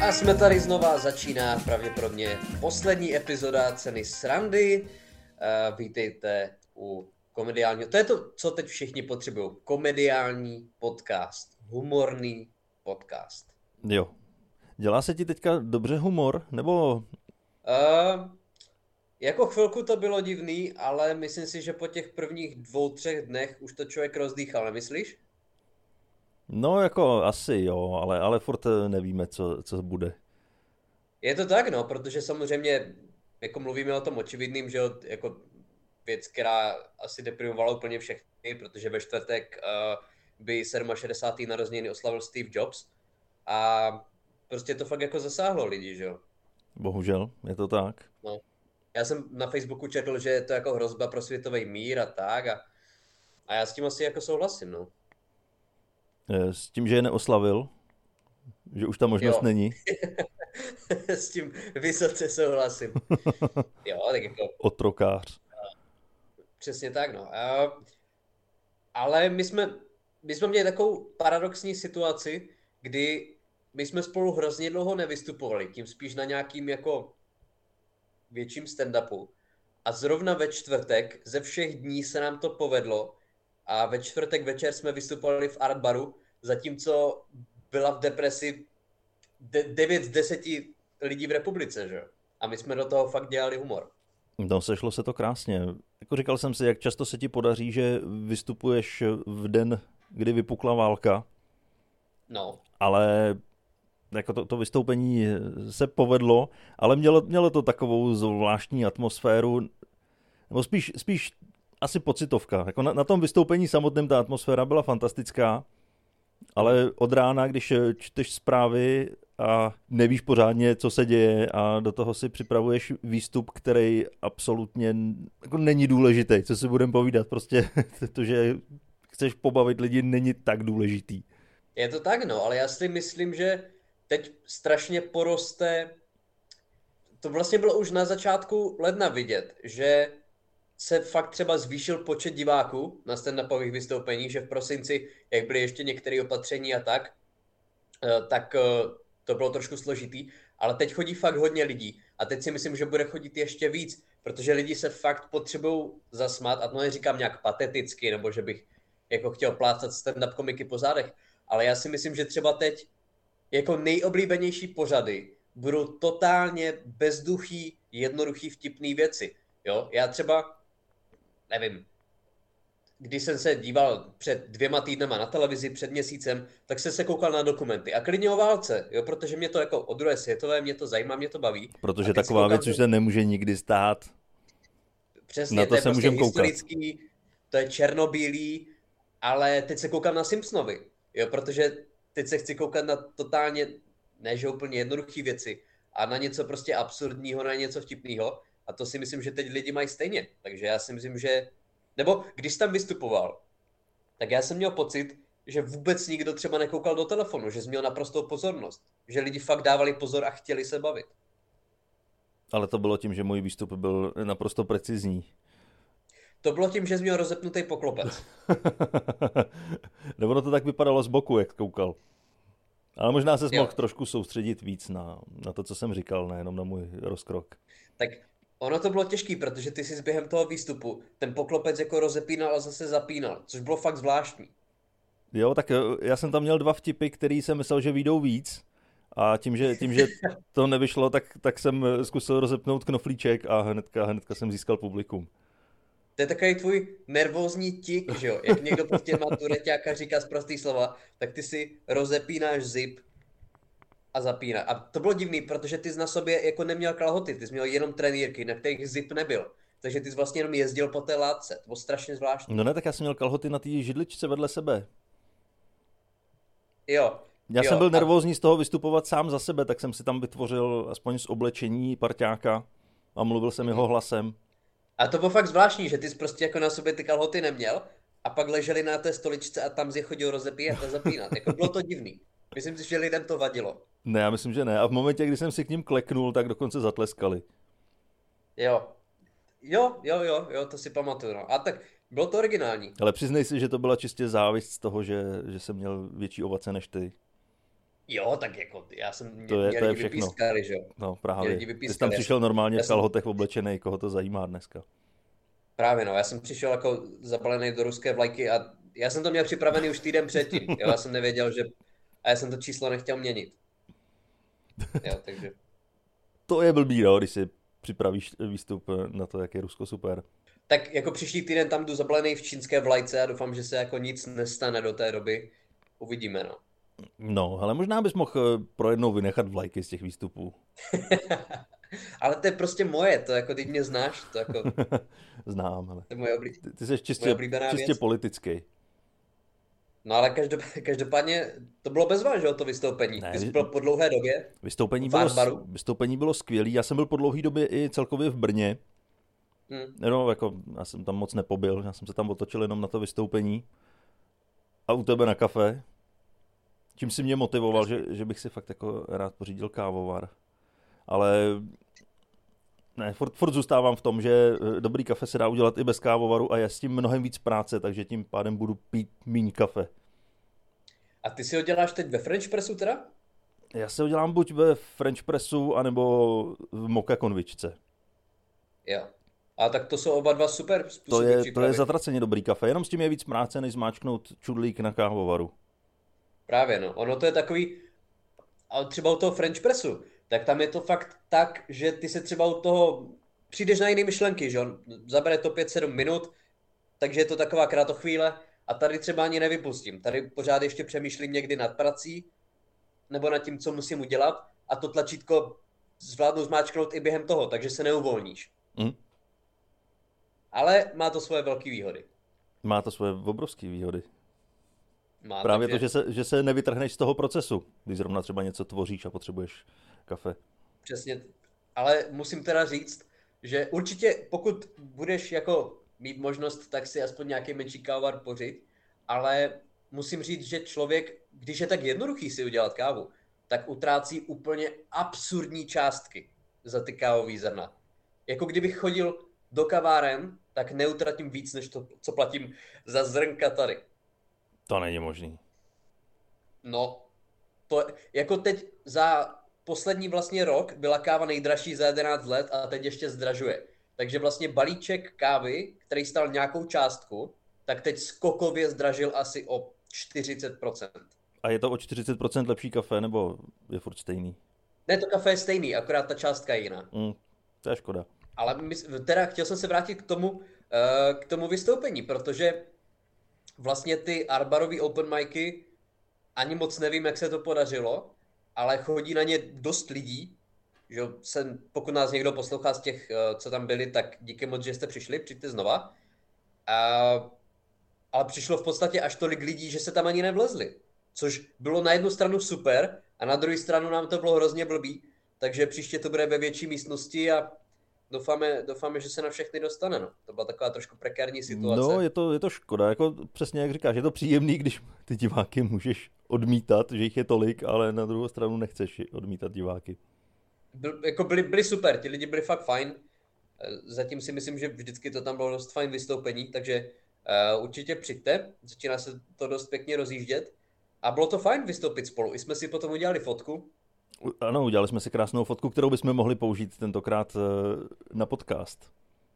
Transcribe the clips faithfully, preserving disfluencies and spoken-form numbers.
A jsme tady znova, začíná pravděpodobně poslední epizoda Ceny srandy. Uh, vítejte u komediálního, to je to, co teď všichni potřebují, komediální podcast, humorný podcast. Jo. Dělá se ti teďka dobře humor, nebo... Uh, jako chvilku to bylo divný, ale myslím si, že po těch prvních dvou, třech dnech už to člověk rozdýchal, nemyslíš? No jako asi jo, ale, ale furt nevíme, co, co bude. Je to tak, no, protože samozřejmě, jako mluvíme o tom očividným, že jako věc, která asi deprimovala úplně všechny, protože ve čtvrtek uh, by šedesátého sedmého narozeniny oslavil Steve Jobs a prostě to fakt jako zasáhlo lidi, že jo? Bohužel, je to tak. No. Já jsem na Facebooku četl, že je to jako hrozba pro světový mír a tak a, a já s tím asi jako souhlasím, no. S tím, že je neoslavil, že už ta možnost Jo. není. S tím vysoce souhlasím. Jo, tak jako... Otrokář. Přesně tak, no. Uh, ale my jsme, my jsme měli takovou paradoxní situaci, kdy my jsme spolu hrozně dlouho nevystupovali, tím spíš na nějakým jako větším stand-upu. A zrovna ve čtvrtek ze všech dní se nám to povedlo a ve čtvrtek večer jsme vystupovali v Art Baru, zatímco byla v depresi devět z deseti lidí v republice, že? A my jsme do toho fakt dělali humor. No, sešlo se to krásně. Jako říkal jsem si, jak často se ti podaří, že vystupuješ v den, kdy vypukla válka. No. Ale jako to, to vystoupení se povedlo, ale mělo, mělo to takovou zvláštní atmosféru, nebo spíš, spíš asi pocitovka. Jako na, na tom vystoupení samotném ta atmosféra byla fantastická, ale od rána, když čteš zprávy a nevíš pořádně, co se děje a do toho si připravuješ výstup, který absolutně jako není důležitý, co si budeme povídat. Prostě to, že chceš pobavit lidi, není tak důležitý. Je to tak, no, ale já si myslím, že teď strašně poroste, to vlastně bylo už na začátku ledna vidět, že se fakt třeba zvýšil počet diváků na stand-upových vystoupeních, že v prosinci, jak byly ještě některé opatření a tak, tak to bylo trošku složitý, ale teď chodí fakt hodně lidí a teď si myslím, že bude chodit ještě víc, protože lidi se fakt potřebují zasmát a to neříkám nějak pateticky, nebo že bych jako chtěl plácat stand-up komiky po zádech, ale já si myslím, že třeba teď jako nejoblíbenější pořady budou totálně bezduchý, jednoduchý, vtipný věci. Jo? Já třeba, nevím, když jsem se díval před dvěma týdnama na televizi, před měsícem, tak jsem se koukal na dokumenty. A klidně o válce, jo? Protože mě to jako o druhé světové, mě to zajímá, mě to baví. Protože taková věc už se nemůže nikdy stát. Přesně, na to, to je se prostě můžeme historický, to je černobílý, ale teď se koukám na Simpsonovi, jo? Protože teď se chci koukat na totálně, ne že úplně jednoduché věci, a na něco prostě absurdního, na něco vtipného. A to si myslím, že teď lidi mají stejně. Takže já si myslím, že... Nebo když tam vystupoval, tak já jsem měl pocit, že vůbec nikdo třeba nekoukal do telefonu, že jsi měl naprostou pozornost. Že lidi fakt dávali pozor a chtěli se bavit. Ale to bylo tím, že můj výstup byl naprosto precizní. To bylo tím, že jsi měl rozepnutý poklopec. Nebo to tak vypadalo z boku, jak koukal. Ale možná se Jo. mohl trošku soustředit víc na, na to, co jsem říkal, nejenom na můj rozkrok. Tak ono to bylo těžký, protože ty jsi během toho výstupu ten poklopec jako rozepínal a zase zapínal, což bylo fakt zvláštní. Jo, tak já jsem tam měl dva vtipy, který jsem myslel, že vyjdou víc. A tím, že, tím, že to nevyšlo, tak, tak jsem zkusil rozepnout knoflíček a hnedka, hnedka jsem získal publikum. To je takový tvůj nervózní tik, že jo? Jak někdo prostě má tu reťák a říká zprostý slova, tak ty si rozepínáš zip a zapínáš. A to bylo divný, protože ty jsi na sobě jako neměl kalhoty, ty jsi měl jenom trenýrky, na kterých zip nebyl. Takže ty jsi vlastně jenom jezdil po té látce. To bylo strašně zvláštní. No ne, tak já jsem měl kalhoty na té židličce vedle sebe. Jo. Já jo, jsem byl a... nervózní z toho vystupovat sám za sebe, tak jsem si tam vytvořil aspoň z oblečení parťáka a mluvil jsem jeho hlasem. A to bylo fakt zvláštní, že ty jsi prostě jako na sobě ty kalhoty neměl a pak leželi na té stoličce a tam si chodil rozepíjet a zapínat. Jako bylo to divný. Myslím si, že lidem to vadilo. Ne, já myslím, že ne. A v momentě, kdy jsem si k ním kleknul, tak dokonce zatleskali. Jo. Jo, jo, jo, jo, to si pamatuju. No. A tak bylo to originální. Ale přiznej si, že to byla čistě závist z toho, že, že jsem měl větší ovace než ty. Jo, tak jako, já jsem, mě, To je, mě to je lidi všechno. vypískali, že jo. No Mě právě. lidi Ty jsi vypískali. tam Já přišel jsem, normálně já v jsem, kalhotech oblečený, koho to zajímá dneska. právě no, já jsem přišel jako zabalený do ruské vlajky a já jsem to měl připravený už týden předtím. Jo, já jsem nevěděl, že, a já jsem to číslo nechtěl měnit. Jo, takže. To je blbý, no, když si připravíš výstup na to, jak je Rusko super. Tak jako příští týden tam jdu zabalený v čínské vlajce a doufám, že se jako nic nestane do té doby. Uvidíme, no. No, ale možná bys mohl pro jednou vynechat vlajky z těch výstupů. Ale to je prostě moje, to jako ty mě znáš, to jako, Znám, ale to je moje, oblí, ty, ty jsi moje čistě, oblíbená čistě věc. politický. No ale každopádně, každopádně to bylo bez vás, že jo, to vystoupení. Ne, Ty jsi vy- byl po dlouhé době Vystoupení v bylo, Arbaru. vystoupení bylo skvělý. Já jsem byl po dlouhé době i celkově v Brně. Hm. No, jako, já jsem tam moc nepobyl, já jsem se tam otočil jenom na to vystoupení. A u tebe na kafe. Čím si mě motivoval, že, že bych si fakt jako rád pořídil kávovar. Ale ne, furt, furt zůstávám v tom, že dobrý kafe se dá udělat i bez kávovaru a je s tím mnohem víc práce, takže tím pádem budu pít míň kafe. A ty si ho děláš teď ve French Pressu teda? Já se ho dělám buď ve French pressu, anebo v moka konvičce. Jo. A tak to jsou oba dva super To způsoby je, to přípravy. je zatraceně dobrý kafe, jenom s tím je víc práce, než zmáčknout čudlík na kávovaru. Právě no, ono to je takový, ale třeba u toho French Pressu, tak tam je to fakt tak, že ty se třeba u toho přijdeš na jiné myšlenky, že on zabere to pět sedm minut, takže je to taková krátochvíle a tady třeba ani nevypustím. Tady pořád ještě přemýšlím někdy nad prací nebo nad tím, co musím udělat a to tlačítko zvládnu zmáčknout i během toho, takže se neuvolníš. Hm? Ale má to svoje velké výhody. Má to svoje obrovské výhody. Má, Právě takže to, že se, že se nevytrhneš z toho procesu, když zrovna třeba něco tvoříš a potřebuješ kafe. Přesně. Ale musím teda říct, že určitě pokud budeš jako mít možnost, tak si aspoň nějaký menší kávovar pořiď, ale musím říct, že člověk, když je tak jednoduchý si udělat kávu, tak utrácí úplně absurdní částky za ty kávový zrna. Jako kdybych chodil do kaváren, tak neutratím víc, než to, co platím za zrnka tady. To není možný. No, to jako teď za poslední vlastně rok byla káva nejdražší za jedenáct let a teď ještě zdražuje. Takže vlastně balíček kávy, který stál nějakou částku, tak teď skokově zdražil asi o čtyřicet procent. A je to o čtyřicet procent lepší kafe, nebo je furt stejný? Ne, to kafe je stejný, akorát ta částka je jiná. Mm, to je škoda. Ale my, teda chtěl jsem se vrátit k tomu, eh, k tomu vystoupení, protože vlastně ty Arbarové open micy, ani moc nevím, jak se to podařilo, ale chodí na ně dost lidí, že jsem, pokud nás někdo poslouchá z těch, eh, co tam byli, tak díky moc, že jste přišli, přijďte znova. A, ale přišlo v podstatě až tolik lidí, že se tam ani nevlezli. Což bylo na jednu stranu super a na druhou stranu nám to bylo hrozně blbý, takže příště to bude ve větší místnosti a doufáme, doufáme, že se na všechny dostane. No. To byla taková trošku prekární situace. No, je to, je to škoda, jako přesně jak říkáš, je to příjemný, když ty diváky můžeš odmítat, že jich je tolik, ale na druhou stranu nechceš odmítat diváky. Byl, jako byli, byli super, ti lidi byli fakt fajn. Zatím si myslím, že vždycky to tam bylo dost fajn vystoupení, takže uh, určitě přijďte, začíná se to dost pěkně rozjíždět. A bylo to fajn vystoupit spolu, i jsme si potom udělali fotku. Ano, udělali jsme si krásnou fotku, kterou bychom mohli použít tentokrát na podcast.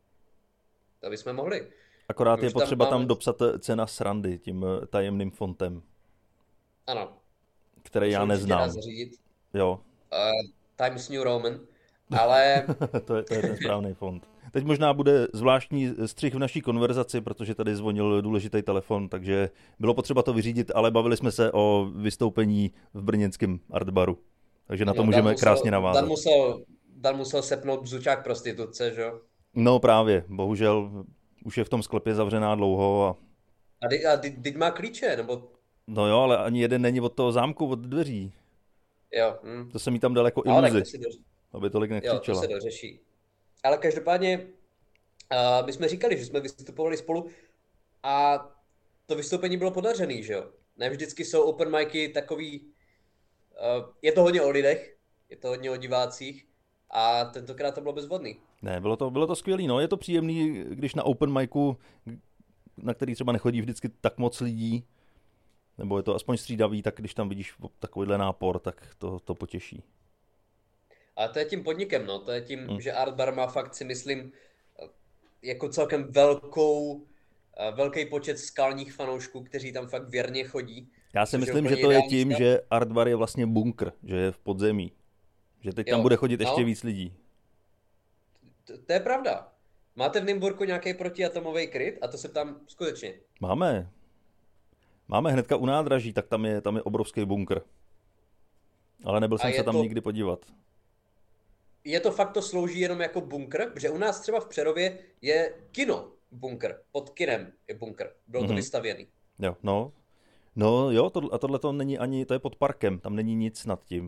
To bychom mohli. Akorát My je už tam potřeba tam máme- dopsat cena srandy tím tajemným fontem, Ano. který já to se určitě dá neznám. zařídit. Jo, Uh, Times New Roman. Ale to je, to je ten správný font. Teď možná bude zvláštní střih v naší konverzaci, protože tady zvonil důležitý telefon, takže bylo potřeba to vyřídit, ale bavili jsme se o vystoupení v brněnském Artbaru. Takže na to no, můžeme Dan musel, krásně navázat. Dan musel, Dan musel sepnout bzučák prostitutce, že jo? No právě, bohužel už je v tom sklepě zavřená dlouho a A, ty, a ty, ty má klíče, nebo... no jo, ale ani jeden není od toho zámku, od dveří. Jo, hm. To jsem jí tam dal jako Ale tak iluzi, to si do, aby tolik jo, to nekřičela. se dořeší. Ale každopádně, uh, my jsme říkali, že jsme vystupovali spolu a to vystoupení bylo podařený, že jo? Ne vždycky jsou open micy takový, uh, je to hodně o lidech, je to hodně o divácích a tentokrát to bylo bezvodný. Ne, bylo to, bylo to skvělý, no, je to příjemný, když na open micu, na který třeba nechodí vždycky tak moc lidí, Nebo je to aspoň střídavý, tak když tam vidíš takovýhle nápor, tak to, to potěší. A to je tím podnikem, no. To je tím, Hmm. že Art Bar má fakt, si myslím, jako celkem velkou, velký počet skalních fanoušků, kteří tam fakt věrně chodí. Já si Což myslím, je že úplně to je ideální tím, stav. že Art Bar je vlastně bunkr, že je v podzemí. Že teď tam Jo, bude chodit no. ještě víc lidí. To, to je pravda. Máte v Nymburku nějaký protiatomový kryt? A to se tam skutečně. Máme. Máme hnedka u nádraží, tak tam je, tam je obrovský bunkr. Ale nebyl A jsem je se tam to- nikdy podívat. Je to fakt, to slouží jenom jako bunkr? Protože u nás třeba v Přerově je kino bunkr. Pod kinem je bunkr. Bylo to Mhm. vystavěný. Jo, no. No jo, to, a tohle to není ani, to je pod parkem, tam není nic nad tím.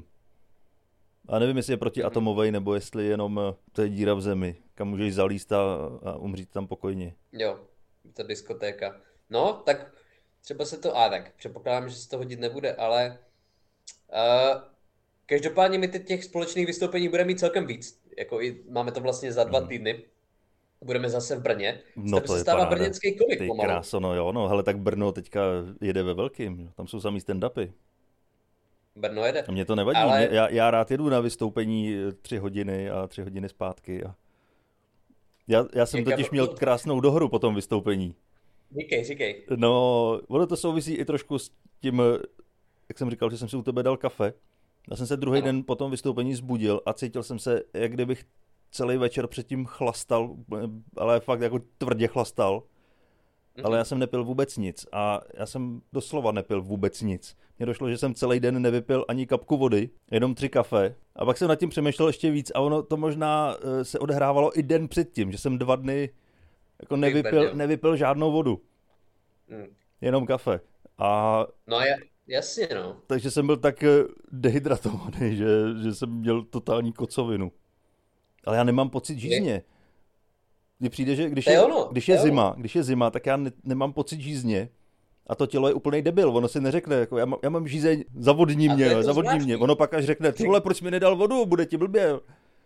A nevím, jestli je protiatomovej, nebo jestli jenom eh, to je díra v zemi, kam můžeš zalíst a, a umřít tam pokojně. Jo, ta diskotéka. No, tak třeba se to... A tak, předpokládám, že se to hodit nebude, ale... Uh, každopádně my teď těch společných vystoupení budeme mít celkem víc. Jako i, máme to vlastně za dva Mhm. týdny. Budeme zase v Brně. Z No tebe to se je stává paráda. brněnský komik Ty pomalu. kráso, no jo, no hele, tak Brno teďka jede ve velkým, jo. Tam jsou samý stand-upy. Brno jede. A mě to nevadí, Ale- mě, já, já rád jedu na vystoupení eh, tři hodiny a tři hodiny zpátky. A... Já, já jsem Jak já- totiž měl krásnou dohru po tom vystoupení. Říkej, říkej. No, ono to souvisí i trošku s tím, eh, jak jsem říkal, že jsem si u tebe dal kafe. Já jsem se druhý Ano. den po tom vystoupení zbudil a cítil jsem se, jak kdybych celý večer předtím chlastal, eh, ale fakt jako tvrdě chlastal. Ale já jsem nepil vůbec nic a já jsem doslova nepil vůbec nic. Mně došlo, že jsem celý den nevypil ani kapku vody, jenom tři kafe. A pak jsem nad tím přemýšlel ještě víc a ono to možná eh, se odehrávalo i den předtím, že jsem dva dny jako nevypil, Vybrděl. nevypil žádnou vodu, Hm. jenom kafe. A No je, jasně no. takže jsem byl tak eh, dehydratovaný, že, že jsem měl totální kocovinu. Ale já nemám pocit žízně. Mně přijde, že když To je je, ono, když to je je zima, když je zima, tak já ne, nemám pocit žízně. A to tělo je úplnej debil, ono si neřekne, jako já, mám, já mám žízeň, zavodní A to mě, je to zavodní zvláštní. mě. Ono pak až řekne, ty vole, proč mi nedal vodu, bude ti blbě.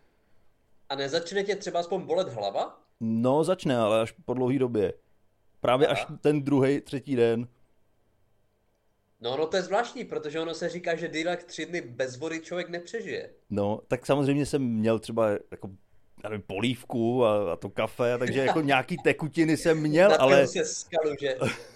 A nezačne tě třeba aspoň bolet hlava? No začne, ale až po dlouhý době. Právě Aha. až ten druhý, třetí den. No, no to je zvláštní, protože ono se říká, že díl jak tři dny bez vody člověk nepřežije. No, tak samozřejmě jsem měl třeba jako, já nevím, polívku a, a to kafe, takže jako nějaký tekutiny jsem měl, Napil ale se skalu, že?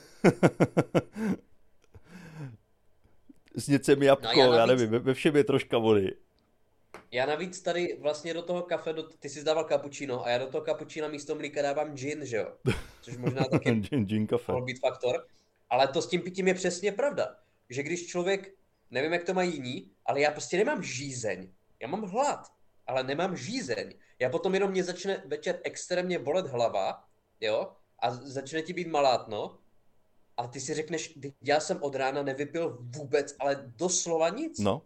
sněd mi jabko, No, já já navíc- nevím, ve, ve všem je troška vody. Já navíc tady vlastně do toho kafe, do, ty jsi dával cappuccino a já do toho cappuccina místo mlíka dávám gin, že jo? Což možná taky Gin, gin kafe. mohl být faktor. Ale to s tím pitím je přesně pravda. Že když člověk, nevím jak to mají jiní, ale já prostě nemám žízeň. Já mám hlad, ale nemám žízeň. Já potom jenom mě začne večer extrémně bolet hlava, jo? A začne ti být malátno. A ty si řekneš, "Vždyť já jsem od rána nevypil vůbec, ale doslova nic." No.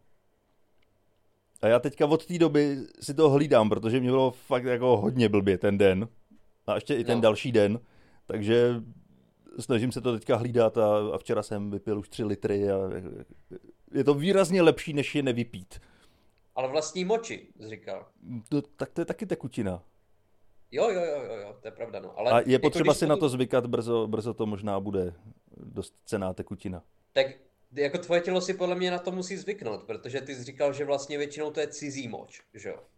A já teďka od té doby si to hlídám, protože mě bylo fakt jako hodně blbě ten den. A ještě i ten No. další den. Takže snažím se to teďka hlídat a, a včera jsem vypil už tři litry a je to výrazně lepší, než je nevypít. Ale vlastní moči, jsi říkal. To, tak to je taky tekutina. Jo, jo, jo, jo, jo, to je pravda, no. Ale A je jako potřeba když si na potom- to zvykat, brzo, brzo to možná bude dost cenná tekutina. Tak jako tvoje tělo si podle mě na to musí zvyknout, protože ty jsi říkal, že vlastně většinou to je cizí moč, že jo?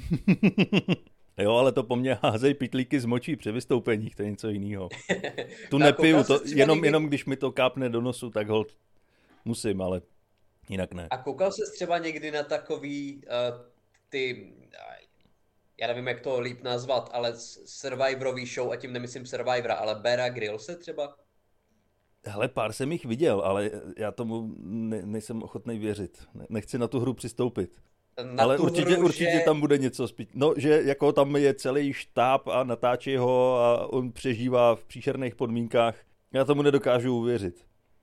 Jo, ale to po mně házej pitlíky z močí při vystoupeních, to je něco jiného. Tu No a nepiju, koukal to, jsi třeba jenom, někdy- jenom když mi to kápne do nosu, tak hold musím, ale jinak ne. A koukal jsi třeba někdy na takový uh, ty, uh, já nevím, jak to líp nazvat, ale s- Survivorový show, a tím nemyslím Survivora, ale Beara Grylse třeba? Hele, pár jsem jich viděl, ale já tomu ne, nejsem ochotný věřit. Ne, nechci na tu hru přistoupit. Na ale tu určitě, hru, určitě že... tam bude něco spíš. No, že jako tam je celý štáb a natáčí ho a on přežívá v příšerných podmínkách. Já tomu nedokážu uvěřit.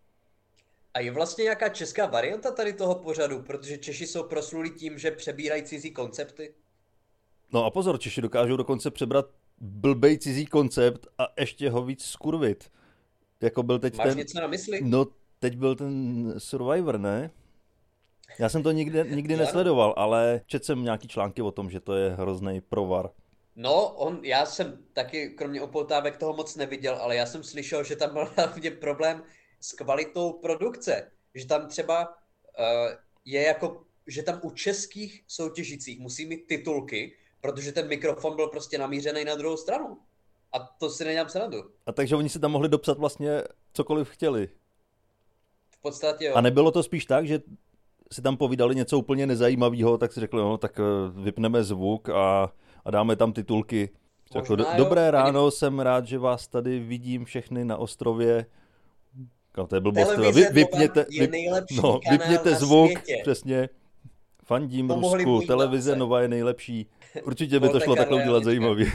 A je vlastně nějaká česká varianta tady toho pořadu, protože Češi jsou proslulí tím, že přebírají cizí koncepty? No a pozor, Češi dokážou dokonce přebrat blbej cizí koncept a ještě ho víc skurvit. Jako byl teď Máš ten... něco na mysli? No, teď byl ten Survivor, ne? Já jsem to nikdy, nikdy Ano. nesledoval, ale četl jsem nějaký články o tom, že to je hrozný provar. No, on, já jsem taky kromě upoutávek toho moc neviděl, ale já jsem slyšel, že tam byl hlavně problém, s kvalitou produkce. Že tam třeba uh, je jako, že tam u českých soutěžících musí mít titulky, protože ten mikrofon byl prostě namířený na druhou stranu. A to si nedělám srandu. A takže oni si tam mohli dopsat vlastně cokoliv chtěli. V podstatě jo. A nebylo to spíš tak, že si tam povídali něco úplně nezajímavého, tak si řekli, no tak vypneme zvuk a, a dáme tam titulky. Jako, do, dobré ráno, oni... jsem rád, že vás tady vidím všechny na ostrově. No, to je blbost. Vy, vypněte, je nejlepší no, vypněte zvuk, světě. Přesně. Fandím to Rusku, televize se. Nova je nejlepší. Určitě by to šlo takhle udělat zajímavě.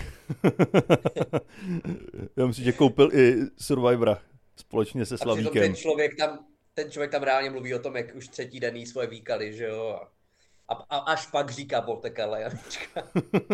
Já myslím, že koupil i Survivora společně se Slavíkem. Ten člověk tam, ten člověk tam reálně mluví o tom, jak už třetí den jí svoje výkaly, že jo. A, a až pak říká Bolte Karla Janička.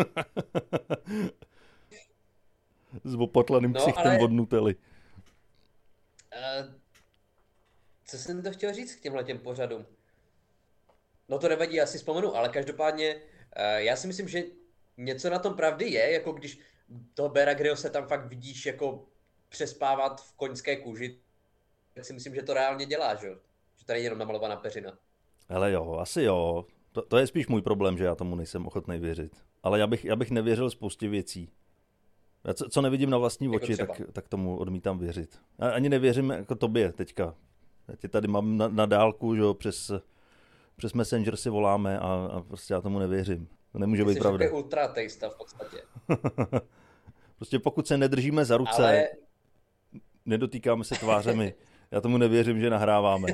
S opotlaným no, ksichtem ale... od Nutelly. Uh, co jsem to chtěl říct k těmhle těm pořadům? No to nevadí, já si vzpomenu, ale každopádně uh, já si myslím, že něco na tom pravdy je, jako když toho Beara Gryllse tam fakt vidíš jako přespávat v koňské kůži, tak si myslím, že to reálně dělá, že, že tady je jenom namalovaná peřina. Hele jo, asi jo. To, to je spíš můj problém, že já tomu nejsem ochotný věřit. Ale já bych, já bych nevěřil spoustě věcí. Já co, co nevidím na vlastní jako oči, tak, tak tomu odmítám věřit. Já ani nevěřím jako tobě teďka. Já tě tady mám na, na dálku, že jo, přes, přes Messenger si voláme a, a prostě já tomu nevěřím. To nemůže být pravda. Jsi ultra ateista v podstatě. Prostě pokud se nedržíme za ruce, ale... nedotýkáme se tvářemi, já tomu nevěřím, že nahráváme.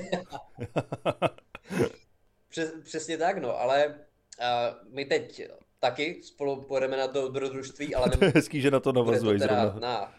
Přes, přesně tak, no, ale uh, my teď taky spolu pojedeme na to dobrodružství, ale to je hezký, že na to navazuješ to teda na,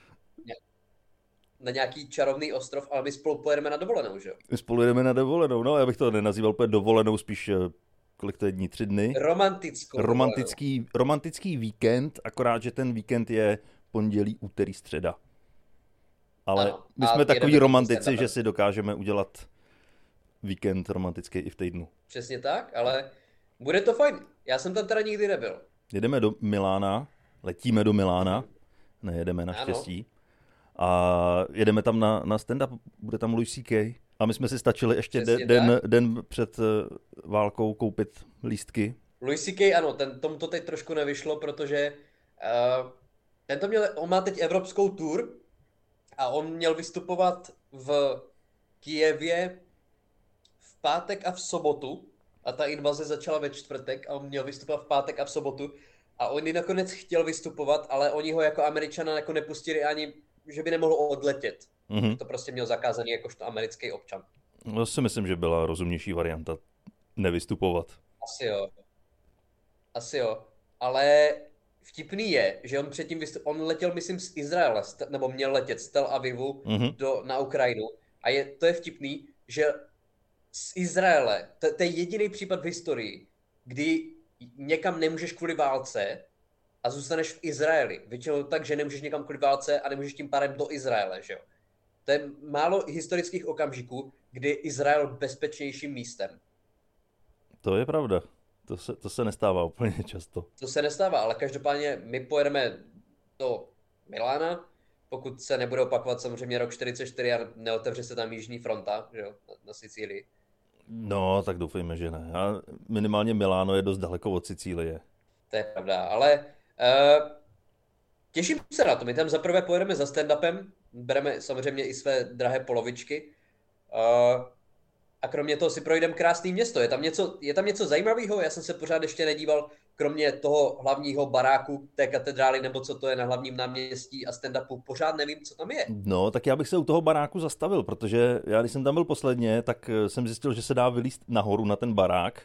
na nějaký čarovný ostrov, ale my spolu pojedeme na dovolenou, že jo? My spolu jedeme na dovolenou, no, já bych to nenazýval úplně dovolenou, spíš kolik to je dní, tři dny? Romantickou romantický, romantický víkend, akorát, že ten víkend je pondělí, úterý, středa. Ale ano, my jsme takový romantici, že si dokážeme udělat víkend romantický i v týdnu. Přesně tak, ale bude to fajn. Já jsem tam teda nikdy nebyl. Jedeme do Milána, letíme do Milána, nejedeme naštěstí. A jedeme tam na, na stand-up, bude tam Louis C K. A my jsme si stačili ještě de, den, den před válkou koupit lístky. Louis C K, ano, ten, tomu to teď trošku nevyšlo, protože uh, ten to měl, on má teď evropskou tour a on měl vystupovat v Kyjevě v pátek a v sobotu a ta invaze začala ve čtvrtek a on měl vystupovat v pátek a v sobotu a on nakonec chtěl vystupovat, ale oni ho jako Američana jako nepustili ani, že by nemohl odletět. Mm-hmm. To prostě měl zakázaný jakožto americký občan. No si myslím, že byla rozumnější varianta nevystupovat. Asi jo. Asi jo. Ale vtipný je, že on předtím vystup... on letěl, myslím, z Izraele, nebo měl letět z Tel Avivu mm-hmm. do, na Ukrajinu. A je, to je vtipný, že z Izraele, to, to je jediný případ v historii, kdy někam nemůžeš kvůli válce a zůstaneš v Izraeli. Většinou tak, že nemůžeš někam kvůli válce a nemůžeš tím pádem do Izraele, že jo. To je málo historických okamžiků, kdy Izrael bezpečnějším místem. To je pravda. To se, to se nestává úplně často. To se nestává, ale každopádně my pojedeme do Milána, pokud se nebude opakovat samozřejmě rok čtyřicet čtyři a neotevře se tam jižní fronta, že jo, na, na Sicílii. No, tak doufejme, že ne. A minimálně Miláno je dost daleko od Sicílie. To je pravda, ale uh, těším se na to. My tam zaprvé pojedeme za stand-upem, bereme samozřejmě i své drahé polovičky. Uh, a kromě toho si projdeme krásný město. Je tam něco, je tam něco zajímavého? Já jsem se pořád ještě nedíval, kromě toho hlavního baráku té katedrály, nebo co to je na hlavním náměstí a stand-upu. Pořád nevím, co tam je. No, tak já bych se u toho baráku zastavil, protože já, když jsem tam byl posledně, tak jsem zjistil, že se dá vylízt nahoru na ten barák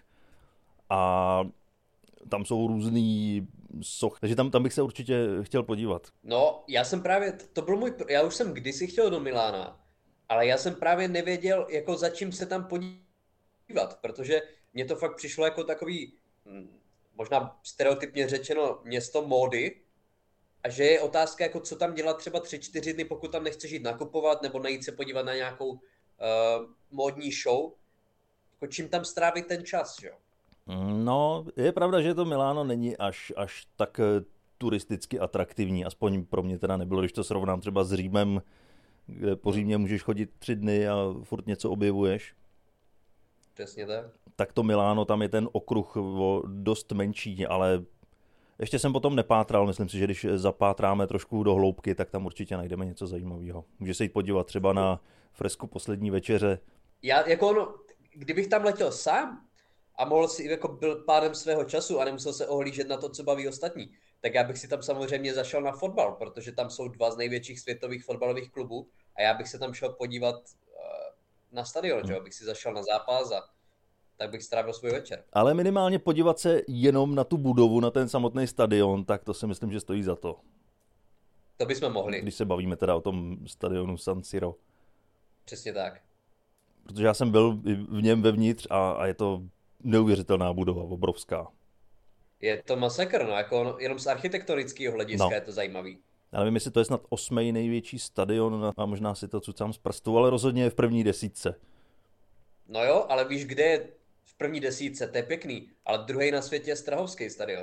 a tam jsou různý soch, takže tam, tam bych se určitě chtěl podívat. No, já jsem právě, to byl můj, já už jsem kdysi chtěl do Milána, ale já jsem právě nevěděl, jako za čím se tam podívat, protože mně to fakt přišlo jako takový, možná stereotypně řečeno, město módy a že je otázka, jako co tam dělat třeba tři, čtyři dny, pokud tam nechceš jít nakupovat nebo nejít se podívat na nějakou uh, módní show, jako čím tam strávit ten čas, jo? No, je pravda, že to Miláno není až, až tak turisticky atraktivní, aspoň pro mě teda nebylo, když to srovnám třeba s Římem kde po Římě můžeš chodit tři dny a furt něco objevuješ. Přesně tak. Tak to Miláno, tam je ten okruh dost menší, ale ještě jsem potom nepátral, myslím si, že když zapátráme trošku do hloubky, tak tam určitě najdeme něco zajímavého. Může se jít podívat třeba na fresku Poslední večeře. Já jako ono, kdybych tam letěl sám a mohl si jako byl pádem svého času a nemusel se ohlížet na to, co baví ostatní, tak já bych si tam samozřejmě zašel na fotbal, protože tam jsou dva z největších světových fotbalových klubů a já bych se tam šel podívat uh, na stadion, hmm. že abych si zašel na zápas a tak bych strávil svůj večer. Ale minimálně podívat se jenom na tu budovu, na ten samotný stadion, tak to si myslím, že stojí za to. To bychom mohli. Když se bavíme teda o tom stadionu San Siro. Přesně tak. Protože já jsem byl v něm vevnitř a, a je to neuvěřitelná budova, obrovská. Je to masakr, no, jako jenom z architektonického hlediska no. Je to zajímavý. Já nevím, jestli to je snad osmý největší stadion a možná si to cucám z prstu, ale rozhodně je v první desítce. No jo, ale víš, kde je v první desítce, to je pěkný, ale druhý na světě je Strahovský stadion.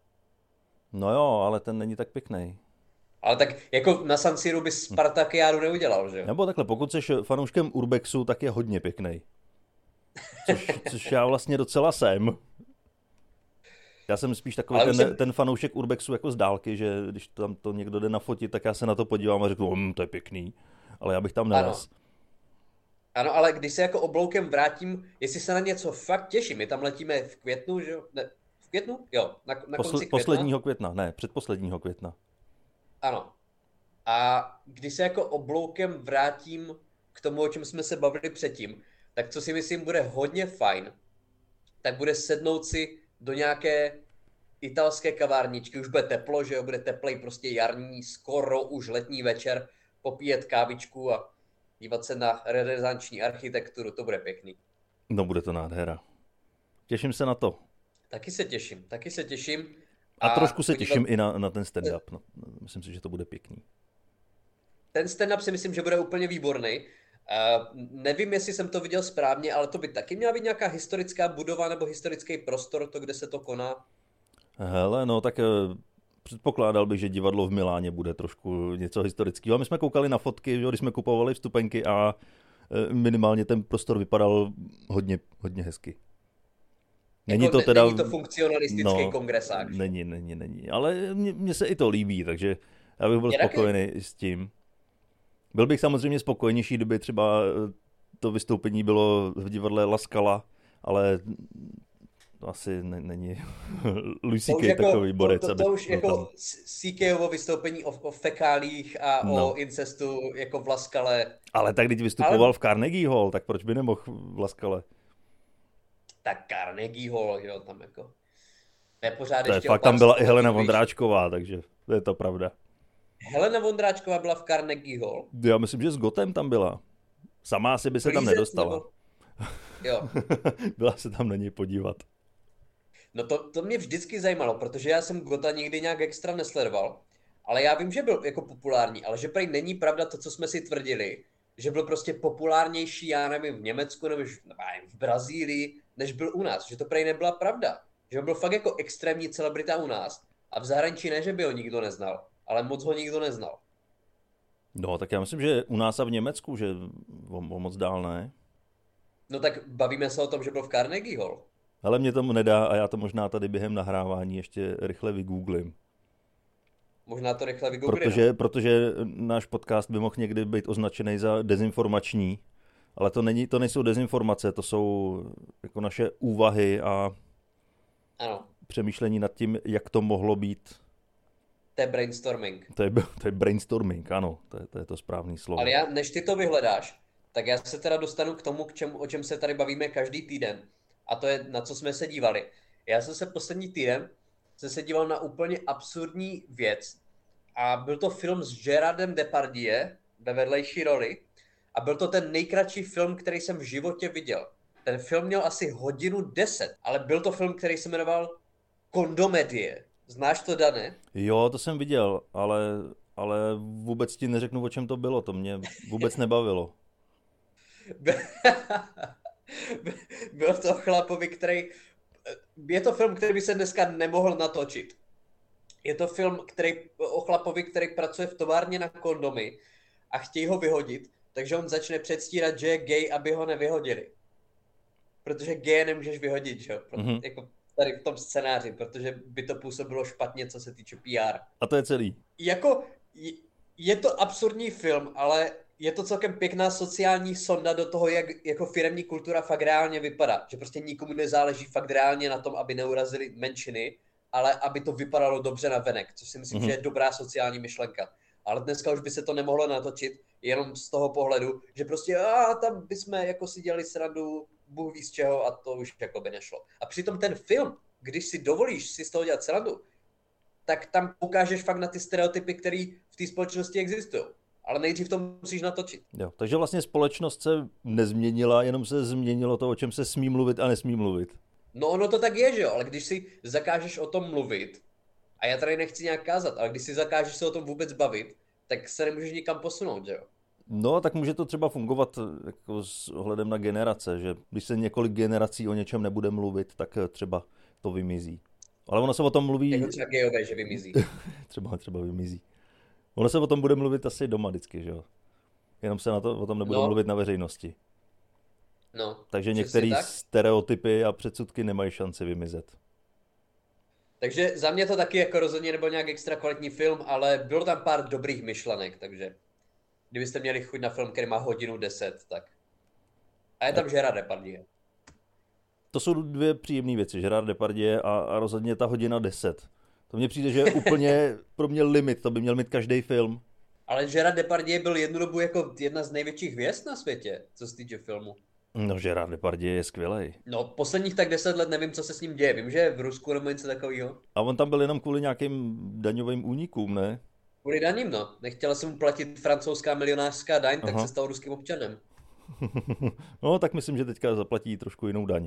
No jo, ale ten není tak pěkný. Ale tak jako na San Siru by Spartakiádu neudělal, že jo? Nebo takhle, pokud jsi fanouškem Urbexu, tak je hodně pěkný. Což, což já vlastně docela jsem. Já jsem spíš takový ten, jsem... ten fanoušek Urbexu jako z dálky, že když tam to někdo jde nafotit, tak já se na to podívám a řeknu, hm, to je pěkný, ale já bych tam nelez. Ano. ano, ale když se jako obloukem vrátím, jestli se na něco fakt těším, my tam letíme v květnu, že jo? Ne, v květnu? Jo, na, na Posle, konci května. Posledního května, ne, předposledního května. Ano. A když se jako obloukem vrátím k tomu, o čem jsme se bavili předtím, tak co si myslím bude hodně fajn, tak bude sednout si do nějaké italské kavárničky, už bude teplo, že jo, bude teplej, prostě jarní, skoro už letní večer, popíjet kávičku a dívat se na renesanční architekturu, to bude pěkný. No bude to nádhera. Těším se na to. Taky se těším, taky se těším. A, a trošku se podívat... těším i na, na ten stand-up, no, myslím si, že to bude pěkný. Ten stand-up si myslím, že bude úplně výborný. Uh, nevím, jestli jsem to viděl správně, ale to by taky měla být nějaká historická budova nebo historický prostor, to, kde se to koná. Hele, no tak předpokládal bych, že divadlo v Miláně bude trošku něco historického. A my jsme koukali na fotky, že, když jsme kupovali vstupenky a minimálně ten prostor vypadal hodně, hodně hezky. Není jako to teda... Není to funkcionalistický no, kongresák. Není, není, není. Ale mně se i to líbí, takže já bych byl je spokojený taky... s tím. Byl bych samozřejmě spokojenější, kdyby třeba to vystoupení bylo v divadle La Scala, ale to asi ne, není Louis C K jako, takový borec. To, to, to už jako C Kovo vystoupení o, o fekálích a no. o incestu jako v La Scale. Ale tak když vystupoval ale... v Carnegie Hall, tak proč by nemohl v La Scale? Tak Carnegie Hall, jo, tam jako... To je pořád to je ještě fakt, tam byla i Helena Vondráčková, takže to je to pravda. Helena Vondráčková byla v Carnegie Hall? Já myslím, že s Gotem tam byla. Sama asi by se Plízec, tam nedostala. Nebo... Jo. Byla se tam na něj podívat. No to, to mě vždycky zajímalo, protože já jsem Gota nikdy nějak extra nesledoval, ale já vím, že byl jako populární, ale že prej není pravda to, co jsme si tvrdili, že byl prostě populárnější, já nevím, v Německu nebo v Brazílii, než byl u nás, že to prej nebyla pravda. Že byl fakt jako extrémní celebrita u nás a v zahraničí ne, že by ho nikdo neznal, ale moc ho nikdo neznal. No, tak já myslím, že u nás a v Německu, že o, o moc dál ne. No tak bavíme se o tom, že byl v Carnegie Hall. Ale mě tomu nedá a já to možná tady během nahrávání ještě rychle vygooglím. Možná to rychle vygooglím. Protože, protože náš podcast by mohl někdy být označený za dezinformační, ale to, není, to nejsou dezinformace, to jsou jako naše úvahy a ano. přemýšlení nad tím, jak to mohlo být. To je brainstorming. To je, to je brainstorming, ano, to je, to je to správný slovo. Ale já, než ty to vyhledáš, tak já se teda dostanu k tomu, k čem, o čem se tady bavíme každý týden. A to je, na co jsme se dívali. Já jsem se poslední týden jsem se díval na úplně absurdní věc. A byl to film s Gerardem Depardieu ve vedlejší roli. A byl to ten nejkratší film, který jsem v životě viděl. Ten film měl asi hodinu deset, ale byl to film, který se jmenoval Kondomedie. Znáš to, Dane? Jo, to jsem viděl, ale, ale vůbec ti neřeknu, o čem to bylo. To mě vůbec nebavilo. Byl to chlapovi, který... Je to film, který by se dneska nemohl natočit. Je to film, který o chlapovi, který pracuje v továrně na kondomy a chtějí ho vyhodit, takže on začne předstírat, že je gay, aby ho nevyhodili. Protože gay nemůžeš vyhodit, že jo? Mm-hmm. Jako tady v tom scénáři, protože by to působilo špatně, co se týče P R. A to je celý. Jako, je, je to absurdní film, ale je to celkem pěkná sociální sonda do toho, jak jako firemní kultura fakt reálně vypadá. Že prostě nikomu nezáleží fakt reálně na tom, aby neurazili menšiny, ale aby to vypadalo dobře na venek, což si myslím, mm-hmm. že je dobrá sociální myšlenka. Ale dneska už by se to nemohlo natočit jenom z toho pohledu, že prostě a tam bychom jako si dělali srandu, Bůh ví z čeho, a to už jako by nešlo. A přitom ten film, když si dovolíš si z toho dělat srandu, tak tam ukážeš fakt na ty stereotypy, které v té společnosti existují. Ale nejdřív to musíš natočit. Jo, takže vlastně společnost se nezměnila, jenom se změnilo to, o čem se smí mluvit a nesmí mluvit. No ono to tak je, že jo, ale když si zakážeš o tom mluvit, a já tady nechci nějak kázat, ale když si zakážeš se o tom vůbec bavit, tak se nemůžeš nikam posunout, že jo? No, tak může to třeba fungovat jako s ohledem na generace, že když se několik generací o něčem nebude mluvit, tak třeba to vymizí. Ale ono se o tom mluví... Jako třeba gejové, že vymizí. třeba, třeba vymizí. Ono se o tom bude mluvit asi doma vždycky, že jo? Jenom se na to, o tom nebude no. mluvit na veřejnosti. No, takže některé stereotypy a předsudky nemají šanci vymizet. Takže za mě to taky jako rozhodně nebyl nějak extra kvalitní film, ale bylo tam pár dobrých myšlenek, takže kdybyste měli chuť na film, který má hodinu deset, tak... A je tam Gerard Depardieu. To jsou dvě příjemné věci, Gerard Depardieu a, a rozhodně ta hodina deset. To mně přijde, že je úplně pro mě limit, to by měl mít každý film. Ale Gerard Depardieu byl jednu dobu jako jedna z největších hvězd na světě, co se týče filmu. No, Gerard Depardieu je skvělej. No, posledních tak deset let nevím, co se s ním děje. Vím, že je v Rusku nebo něco takového. A on tam byl jenom kvůli nějakým daňovým únikům, ne? Kvůli daním, no. Nechtěla jsem mu platit francouzská milionářská daň, Aha. tak se stal ruským občanem. No, tak myslím, že teďka zaplatí trošku jinou daň.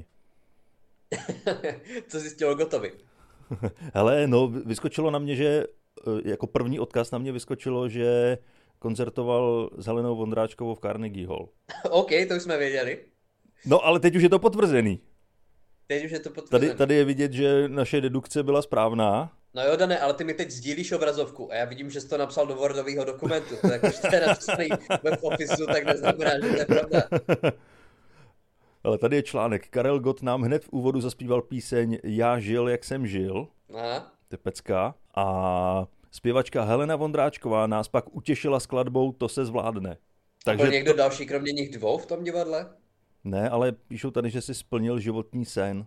Co zjistilo Gotovi? Hele, no, vyskočilo na mě, že jako první odkaz na mě vyskočilo, že koncertoval s Helenou Vondráčkovou v Carnegie Hall. OK, to už jsme věděli. No, ale teď už je to potvrzený. Teď už je to potvrzený. Tady, tady je vidět, že naše dedukce byla správná. No jo, Dane, ale ty mi teď sdílíš obrazovku a já vidím, že jsi to napsal do Wordového dokumentu. To jak už jste napsaný web officeu, tak neznamená, že to je pravda. Ale tady je článek. Karel Gott nám hned v úvodu zaspíval píseň Já žil, jak jsem žil. Aha. To je pecka. A zpěvačka Helena Vondráčková nás pak utěšila skladbou To se zvládne. Takže byl někdo to... další kromě nich dvou v tom divadle? Ne, ale píšou tady, že si splnil životní sen.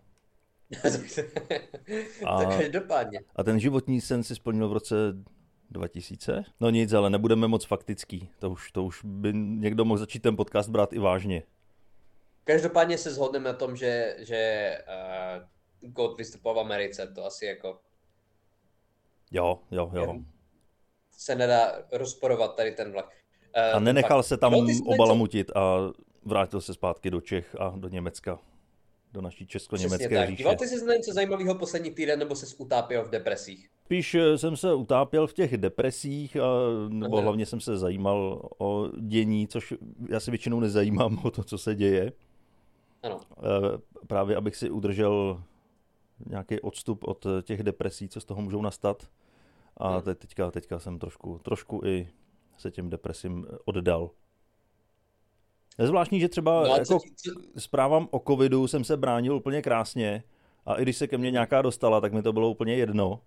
a... Tak každopádně. A ten životní sen si splnil v roce dva tisíce? No nic, ale nebudeme moc faktický. To už, to už by někdo mohl začít ten podcast brát i vážně. Každopádně se shodneme na tom, že, že uh, Gott vystupoval v Americe. To asi jako... Jo, jo, jo. Se nedá rozporovat tady ten vlak. Uh, a nenechal se tam obalamutit a vrátil se zpátky do Čech a do Německa. Do naší česko-německé říše. Díval ty jsi na něco zajímavého poslední týden, nebo se utápěl v depresích? Spíš jsem se utápěl v těch depresích, a, nebo Aha. hlavně jsem se zajímal o dění, což já si většinou nezajímám o to, co se děje. Ano. Právě abych si udržel nějaký odstup od těch depresí, co z toho můžou nastat. A hmm. teďka, teďka jsem trošku, trošku i se těm depresím oddal. Je zvláštní, že třeba no jako co... zprávám o covidu jsem se bránil úplně krásně a i když se ke mně nějaká dostala, tak mi to bylo úplně jedno.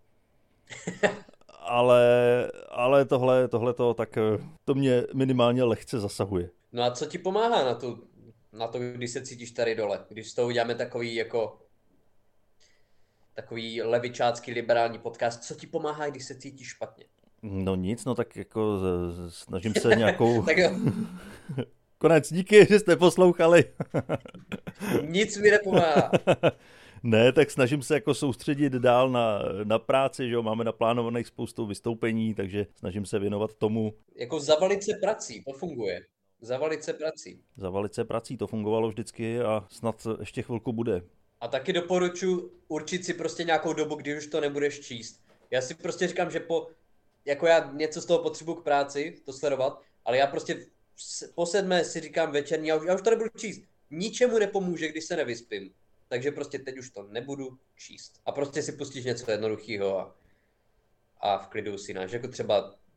ale ale tohle, tohleto, tak to mě minimálně lehce zasahuje. No a co ti pomáhá na, tu, na to, když se cítíš tady dole? Když s toho uděláme takový jako takový levičácký liberální podcast, co ti pomáhá, když se cítíš špatně? No nic, no tak jako snažím se nějakou... tak jo. Konec, díky, že jste poslouchali. Nic mi nepomáhá. Ne, tak snažím se jako soustředit dál na, na práci, že jo, máme naplánovaných spoustu vystoupení, takže snažím se věnovat tomu. Jako zavalit se prací, to funguje. Zavalit se prací. Zavalit se prací, to fungovalo vždycky a snad ještě chvilku bude. A taky doporučuji určit si prostě nějakou dobu, kdy už to nebudeš číst. Já si prostě říkám, že po, jako já něco z toho potřebuji k práci, to sledovat, ale já prostě po sedmé si říkám večerní, já už, já už to nebudu číst. Ničemu nepomůže, když se nevyspím. Takže prostě teď už to nebudu číst. A prostě si pustíš něco jednoduchého a, a v klidu usínáš. Jako třeba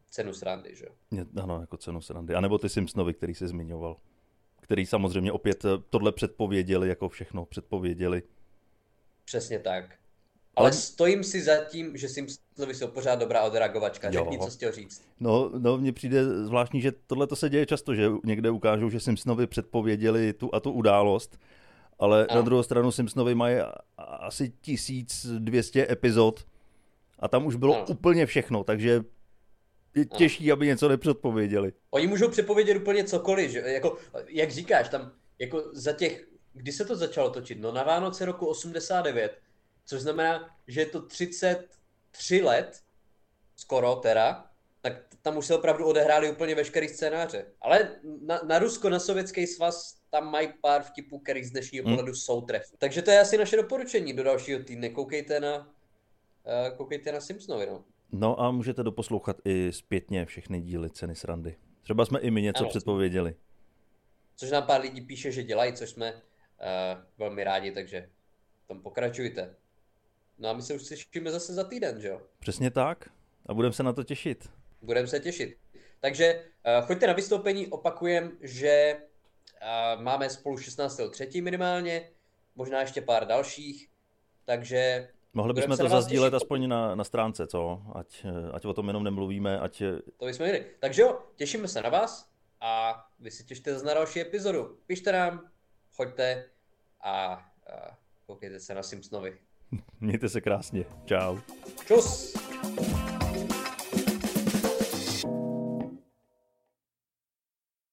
cenu srandy, že jo? Ano, jako cenu srandy. A nebo ty Simpsonovi, který jsi zmiňoval. Který samozřejmě opět tohle předpověděli, jako všechno předpověděli. Přesně tak. Ale, Ale stojím si za tím, že Simpsonovi jsou pořád dobrá odreagovačka. Řekni, co jsi chtěl říct. No, no, mně přijde zvláštní, že tohle to se děje často, že někde ukážou, že Simpsonovi předpověděli tu a tu událost, ale ano. Na druhou stranu Simpsonovi mají asi tisíc dvě stě epizod a tam už bylo ano. úplně všechno, takže je těžší, aby něco nepředpověděli. Oni můžou předpovědět úplně cokoliv, že? Jako, jak říkáš, tam jako za těch, kdy se to začalo točit? No na Vánoce roku osmdesát devět, což znamená, že je to třicet tři let, skoro teda, tak tam už se opravdu odehrály úplně veškerý scénáře. Ale na, na Rusko, na Sovětský svaz, tam mají pár vtipů, který z dnešního hmm. pohledu jsou trefy. Takže to je asi naše doporučení do dalšího týdne. Koukejte na, uh, koukejte na Simpsonovi, no. No a můžete doposlouchat i zpětně všechny díly Ceny srandy. Třeba jsme i my něco ano, předpověděli. Což nám pár lidí píše, že dělají, což jsme uh, velmi rádi, takže v tom pokračujte. No a my se už slyšíme zase za týden, že jo? Přesně tak. A budeme se na to těšit. Budeme se těšit. Takže uh, choďte na vystoupení, opakujem, že uh, máme spolu šestnáctého třetího minimálně, možná ještě pár dalších, takže... Mohli bychom to zazdílet aspoň na, na stránce, co? Ať, ať o tom jenom nemluvíme, ať... To bychom měli. Takže jo, těšíme se na vás a vy si těšte zase na další epizodu. Pište nám, choďte a, a koukejte se na Simpsonovi. Mějte se krásně. Čau. Čus.